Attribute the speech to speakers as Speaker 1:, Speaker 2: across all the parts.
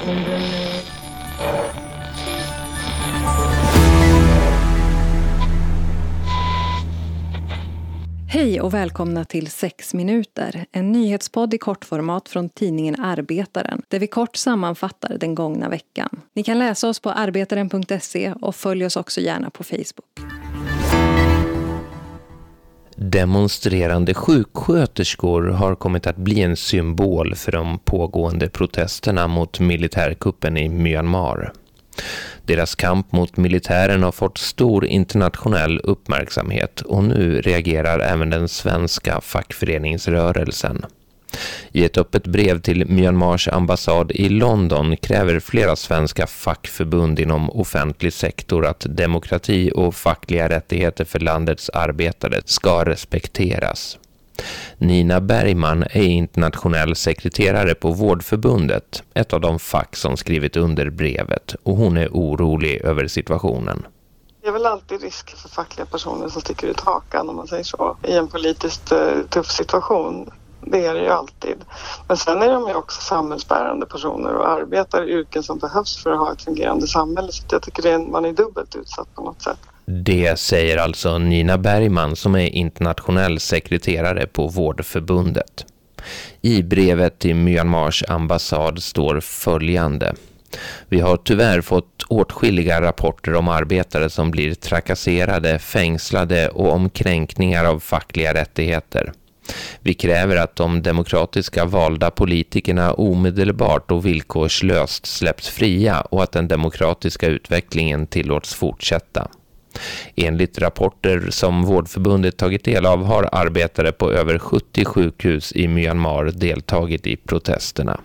Speaker 1: Hej och välkomna till 6 minuter, en nyhetspodd i kortformat från tidningen Arbetaren, där vi kort sammanfattar den gångna veckan. Ni kan läsa oss på arbetaren.se och följ oss också gärna på Facebook.
Speaker 2: Demonstrerande sjuksköterskor har kommit att bli en symbol för de pågående protesterna mot militärkuppen i Myanmar. Deras kamp mot militären har fått stor internationell uppmärksamhet och nu reagerar även den svenska fackföreningsrörelsen. I ett öppet brev till Myanmars ambassad i London kräver flera svenska fackförbund inom offentlig sektor att demokrati och fackliga rättigheter för landets arbetare ska respekteras. Nina Bergman är internationell sekreterare på Vårdförbundet, ett av de fack som skrivit under brevet, och hon är orolig över situationen.
Speaker 3: Det är väl alltid risk för fackliga personer som sticker ut hakan, om man säger så, i en politiskt tuff situation. Det är det ju alltid. Men sen är de ju också samhällsbärande personer och arbetar i yrken som behövs för att ha ett fungerande samhälle. Så jag tycker man är dubbelt utsatt på något sätt.
Speaker 2: Det säger alltså Nina Bergman som är internationell sekreterare på Vårdförbundet. I brevet till Myanmars ambassad står följande. Vi har tyvärr fått åtskilliga rapporter om arbetare som blir trakasserade, fängslade och om kränkningar av fackliga rättigheter. Vi kräver att de demokratiska valda politikerna omedelbart och villkorslöst släpps fria och att den demokratiska utvecklingen tillåts fortsätta. Enligt rapporter som Vårdförbundet tagit del av har arbetare på över 70 sjukhus i Myanmar deltagit i protesterna.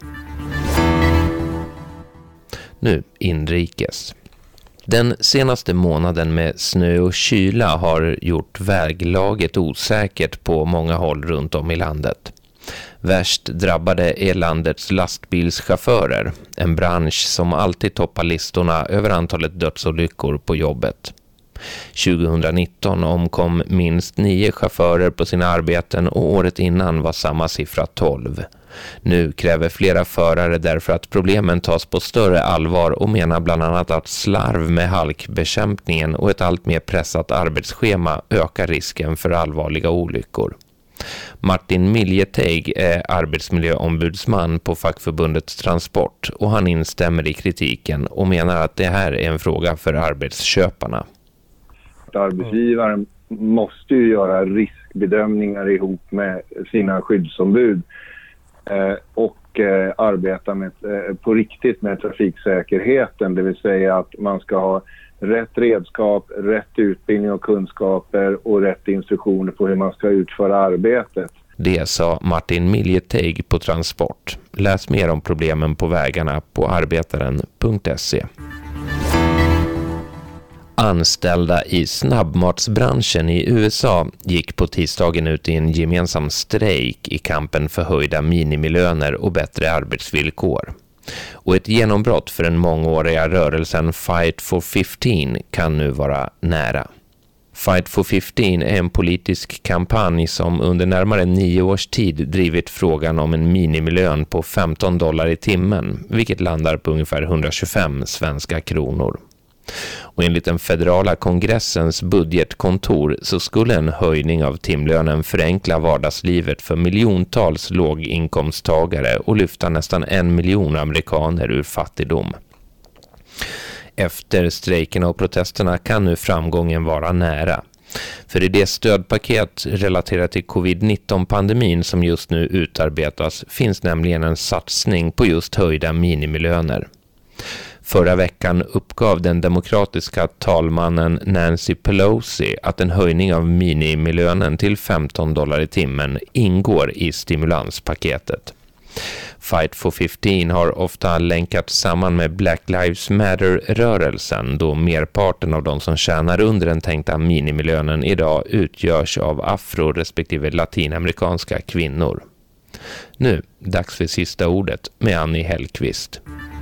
Speaker 2: Nu inrikes. Den senaste månaden med snö och kyla har gjort väglaget osäkert på många håll runt om i landet. Värst drabbade är landets lastbilschaufförer, en bransch som alltid toppar listorna över antalet dödsolyckor på jobbet. 2019 omkom minst 9 chaufförer på sina arbeten och året innan var samma siffra 12. Nu kräver flera förare därför att problemen tas på större allvar och menar bland annat att slarv med halkbekämpningen och ett allt mer pressat arbetsschema ökar risken för allvarliga olyckor. Martin Miljeteig är arbetsmiljöombudsman på fackförbundet Transport och han instämmer i kritiken och menar att det här är en fråga för arbetsköparna.
Speaker 4: Arbetsgivaren måste ju göra riskbedömningar ihop med sina skyddsombud och arbeta på riktigt med trafiksäkerheten, det vill säga att man ska ha rätt redskap, rätt utbildning och kunskaper och rätt instruktioner på hur man ska utföra arbetet.
Speaker 2: Det sa Martin Miljeteig på Transport. Läs mer om problemen på vägarna på arbetaren.se. Anställda i snabbmatsbranschen i USA gick på tisdagen ut i en gemensam strejk i kampen för höjda minimilöner och bättre arbetsvillkor. Och ett genombrott för den mångåriga rörelsen Fight for 15 kan nu vara nära. Fight for 15 är en politisk kampanj som under närmare 9 års tid drivit frågan om en minimilön på $15 i timmen, vilket landar på ungefär 125 svenska kronor. Och enligt den federala kongressens budgetkontor så skulle en höjning av timlönen förenkla vardagslivet för miljontals låginkomsttagare och lyfta nästan 1 miljon amerikaner ur fattigdom. Efter strejkerna och protesterna kan nu framgången vara nära. För i det stödpaket relaterat till covid-19-pandemin som just nu utarbetas finns nämligen en satsning på just höjda minimilöner. Förra veckan uppgav den demokratiska talmannen Nancy Pelosi att en höjning av minimilönen till $15 i timmen ingår i stimulanspaketet. Fight for 15 har ofta länkat samman med Black Lives Matter-rörelsen då merparten av de som tjänar under den tänkta minimilönen idag utgörs av afro- respektive latinamerikanska kvinnor. Nu, dags för sista ordet med Annie Hellqvist.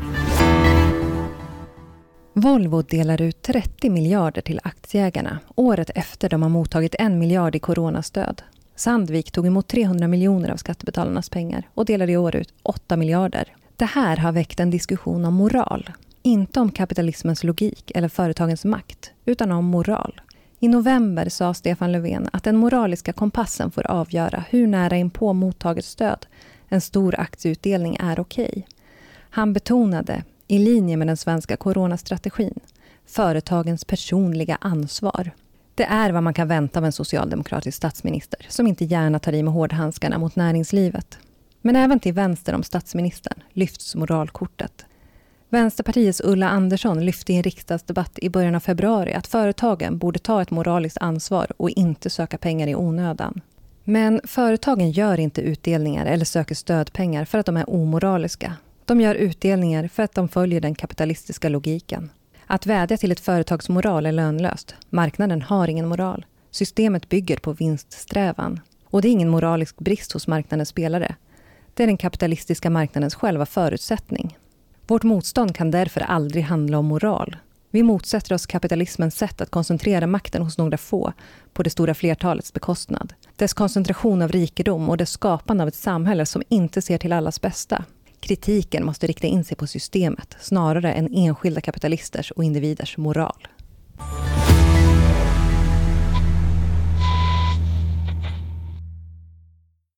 Speaker 1: Volvo delar ut 30 miljarder till aktieägarna året efter de har mottagit 1 miljard i coronastöd. Sandvik tog emot 300 miljoner av skattebetalarnas pengar och delade i år ut 8 miljarder. Det här har väckt en diskussion om moral. Inte om kapitalismens logik eller företagens makt, utan om moral. I november sa Stefan Löfven att den moraliska kompassen får avgöra hur nära inpå mottaget stöd en stor aktieutdelning är okej. Han betonade, i linje med den svenska coronastrategin, företagens personliga ansvar. Det är vad man kan vänta av en socialdemokratisk statsminister som inte gärna tar i med hårdhandskarna mot näringslivet. Men även till vänster om statsministern lyfts moralkortet. Vänsterpartiets Ulla Andersson lyfte i en riksdagsdebatt i början av februari att företagen borde ta ett moraliskt ansvar och inte söka pengar i onödan. Men företagen gör inte utdelningar eller söker stödpengar för att de är omoraliska. De gör utdelningar för att de följer den kapitalistiska logiken. Att vädja till ett företags moral är lönlöst. Marknaden har ingen moral. Systemet bygger på vinststrävan. Och det är ingen moralisk brist hos marknadens spelare. Det är den kapitalistiska marknadens själva förutsättning. Vårt motstånd kan därför aldrig handla om moral. Vi motsätter oss kapitalismens sätt att koncentrera makten hos några få på det stora flertalets bekostnad. Dess koncentration av rikedom och dess skapande av ett samhälle som inte ser till allas bästa. Kritiken måste rikta in sig på systemet snarare än enskilda kapitalisters och individers moral.